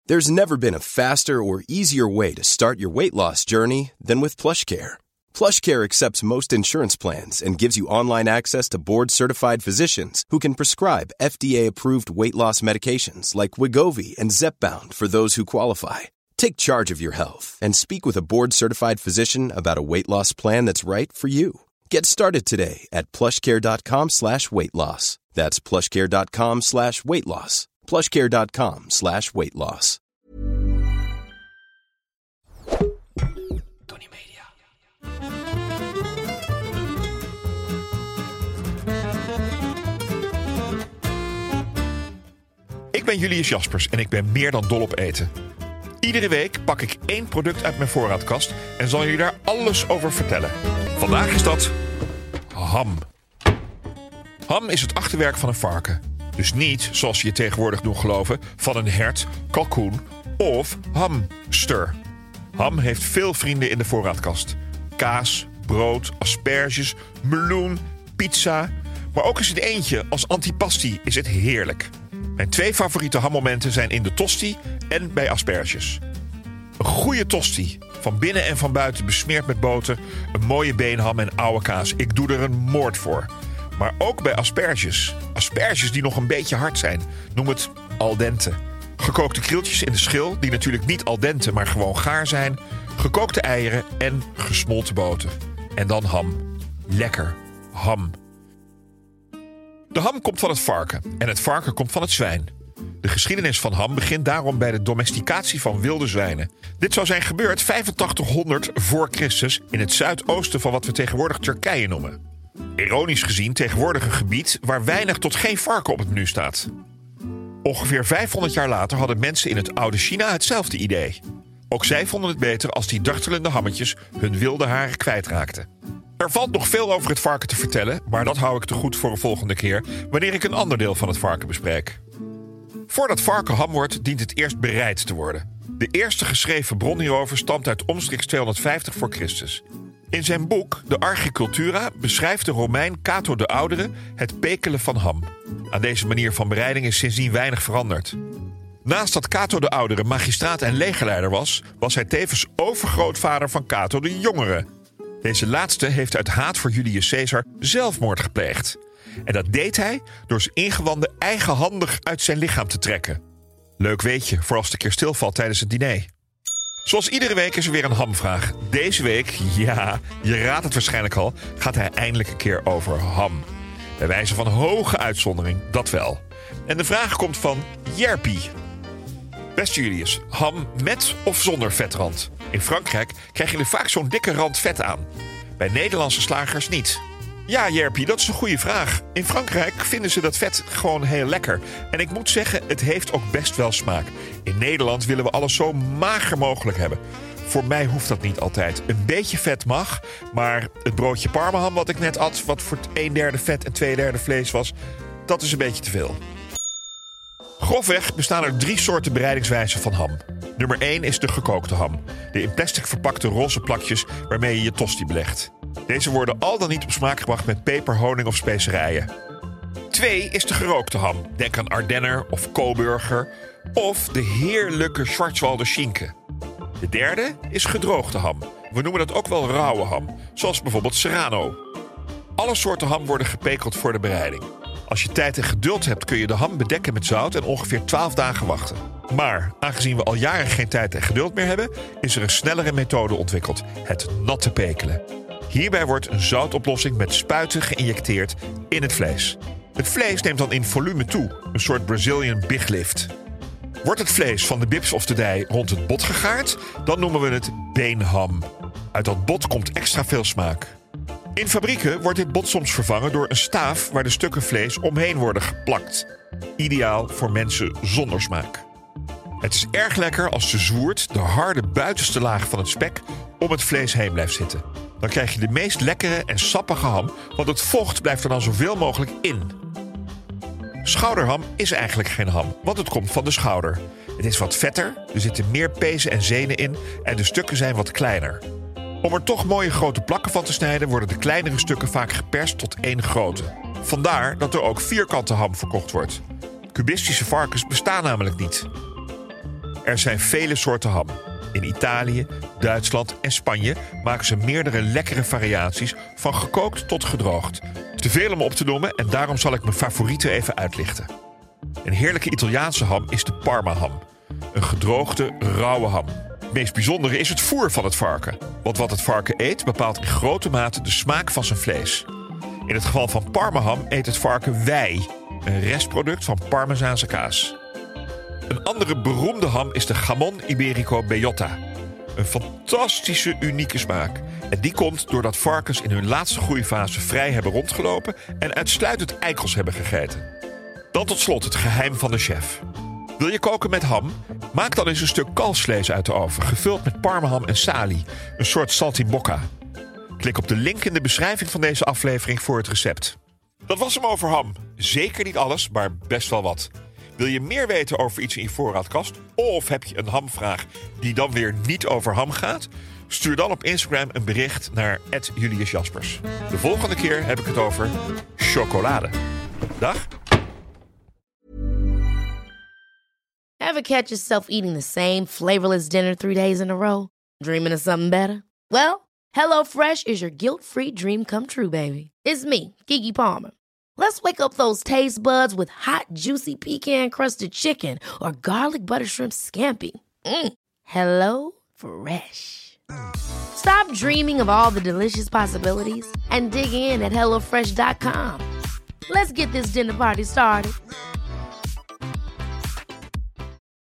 There's never been a faster or easier way to start your weight loss journey than with PlushCare. PlushCare accepts most insurance plans and gives you online access to board-certified physicians who can prescribe FDA-approved weight loss medications like Wegovy and Zepbound for those who qualify. Take charge of your health and speak with a board-certified physician about a weight loss plan that's right for you. Get started today at plushcare.com/weightloss. That's plushcare.com/weightloss. plushcare.com/weightloss. Tony Media. Ik ben Julius Jaspers en ik ben meer dan dol op eten. Iedere week pak ik 1 product uit mijn voorraadkast en zal jullie daar alles over vertellen. Vandaag is dat ham. Ham is het achterwerk van een varken. Dus niet, zoals je tegenwoordig doet geloven, van een hert, kalkoen of hamster. Ham heeft veel vrienden in de voorraadkast. Kaas, brood, asperges, meloen, pizza. Maar ook eens in eentje als antipasti is het heerlijk. Mijn 2 favoriete hammomenten zijn in de tosti en bij asperges. Een goede tosti, van binnen en van buiten besmeerd met boter, een mooie beenham en oude kaas. Ik doe er een moord voor. Maar ook bij asperges. Asperges die nog een beetje hard zijn. Noem het al dente. Gekookte krieltjes in de schil, die natuurlijk niet al dente, maar gewoon gaar zijn. Gekookte eieren en gesmolten boter. En dan ham. Lekker. Ham. De ham komt van het varken en het varken komt van het zwijn. De geschiedenis van ham begint daarom bij de domesticatie van wilde zwijnen. Dit zou zijn gebeurd 8500 voor Christus in het zuidoosten van wat we tegenwoordig Turkije noemen. Ironisch gezien tegenwoordig een gebied waar weinig tot geen varken op het menu staat. Ongeveer 500 jaar later hadden mensen in het oude China hetzelfde idee. Ook zij vonden het beter als die dartelende hammetjes hun wilde haren kwijtraakten. Er valt nog veel over het varken te vertellen, maar dat hou ik te goed voor een volgende keer, wanneer ik een ander deel van het varken bespreek. Voordat varken ham wordt, dient het eerst bereid te worden. De eerste geschreven bron hierover stamt uit omstreeks 250 voor Christus. In zijn boek, de Archicultura, beschrijft de Romein Cato de Oudere het pekelen van ham. Aan deze manier van bereiding is sindsdien weinig veranderd. Naast dat Cato de Oudere magistraat en legerleider was hij tevens overgrootvader van Cato de Jongere. Deze laatste heeft uit haat voor Julius Caesar zelfmoord gepleegd. En dat deed hij door zijn ingewanden eigenhandig uit zijn lichaam te trekken. Leuk weetje, voor als het een keer stilvalt tijdens het diner. Zoals iedere week is er weer een hamvraag. Deze week, ja, je raadt het waarschijnlijk al, gaat hij eindelijk een keer over ham. Bij wijze van hoge uitzondering, dat wel. En de vraag komt van Jerpie. Beste Julius, ham met of zonder vetrand? In Frankrijk krijg je er vaak zo'n dikke rand vet aan. Bij Nederlandse slagers niet. Ja, Jerpie, dat is een goede vraag. In Frankrijk vinden ze dat vet gewoon heel lekker. En ik moet zeggen, het heeft ook best wel smaak. In Nederland willen we alles zo mager mogelijk hebben. Voor mij hoeft dat niet altijd. Een beetje vet mag, maar het broodje parmaham wat ik net at, wat voor 1/3 vet en 2/3 vlees was, dat is een beetje te veel. Grofweg bestaan er 3 soorten bereidingswijzen van ham. Nummer 1 is de gekookte ham. De in plastic verpakte roze plakjes waarmee je je tosti belegt. Deze worden al dan niet op smaak gebracht met peper, honing of specerijen. 2 is de gerookte ham. Denk aan Ardenner of Coburger of de heerlijke Schwarzwalder Schinken. De derde is gedroogde ham. We noemen dat ook wel rauwe ham, zoals bijvoorbeeld Serrano. Alle soorten ham worden gepekeld voor de bereiding. Als je tijd en geduld hebt kun je de ham bedekken met zout en ongeveer 12 dagen wachten. Maar aangezien we al jaren geen tijd en geduld meer hebben, is er een snellere methode ontwikkeld: het natte pekelen. Hierbij wordt een zoutoplossing met spuiten geïnjecteerd in het vlees. Het vlees neemt dan in volume toe, een soort Brazilian big lift. Wordt het vlees van de bips of de dij rond het bot gegaard, dan noemen we het beenham. Uit dat bot komt extra veel smaak. In fabrieken wordt dit bot soms vervangen door een staaf waar de stukken vlees omheen worden geplakt. Ideaal voor mensen zonder smaak. Het is erg lekker als de zwoerd, de harde buitenste laag van het spek, om het vlees heen blijft zitten. Dan krijg je de meest lekkere en sappige ham, want het vocht blijft er dan zoveel mogelijk in. Schouderham is eigenlijk geen ham, want het komt van de schouder. Het is wat vetter, er zitten meer pezen en zenen in en de stukken zijn wat kleiner. Om er toch mooie grote plakken van te snijden worden de kleinere stukken vaak geperst tot 1 grootte. Vandaar dat er ook vierkante ham verkocht wordt. Cubistische varkens bestaan namelijk niet. Er zijn vele soorten ham. In Italië, Duitsland en Spanje maken ze meerdere lekkere variaties van gekookt tot gedroogd. Te veel om op te noemen en daarom zal ik mijn favorieten even uitlichten. Een heerlijke Italiaanse ham is de Parma-ham. Een gedroogde, rauwe ham. Het meest bijzondere is het voer van het varken. Want wat het varken eet bepaalt in grote mate de smaak van zijn vlees. In het geval van Parma-ham eet het varken wei, een restproduct van Parmezaanse kaas. Een andere beroemde ham is de Jamon Iberico Bellota. Een fantastische, unieke smaak. En die komt doordat varkens in hun laatste groeifase vrij hebben rondgelopen en uitsluitend eikels hebben gegeten. Dan tot slot het geheim van de chef. Wil je koken met ham? Maak dan eens een stuk kalfsvlees uit de oven, gevuld met parmaham en salie, een soort saltimbocca. Klik op de link in de beschrijving van deze aflevering voor het recept. Dat was hem over ham. Zeker niet alles, maar best wel wat. Wil je meer weten over iets in je voorraadkast? Of heb je een hamvraag die dan weer niet over ham gaat? Stuur dan op Instagram een bericht naar @JuliusJaspers. De volgende keer heb ik het over chocolade. Dag! Ever catch yourself eating the same flavorless dinner 3 days in a row? Dreaming of something better? Well, HelloFresh is your guilt-free dream come true, baby. It's me, Keke Palmer. Let's wake up those taste buds with hot, juicy pecan-crusted chicken or garlic butter shrimp scampi. Hello Fresh. Stop dreaming of all the delicious possibilities and dig in at HelloFresh.com. Let's get this dinner party started.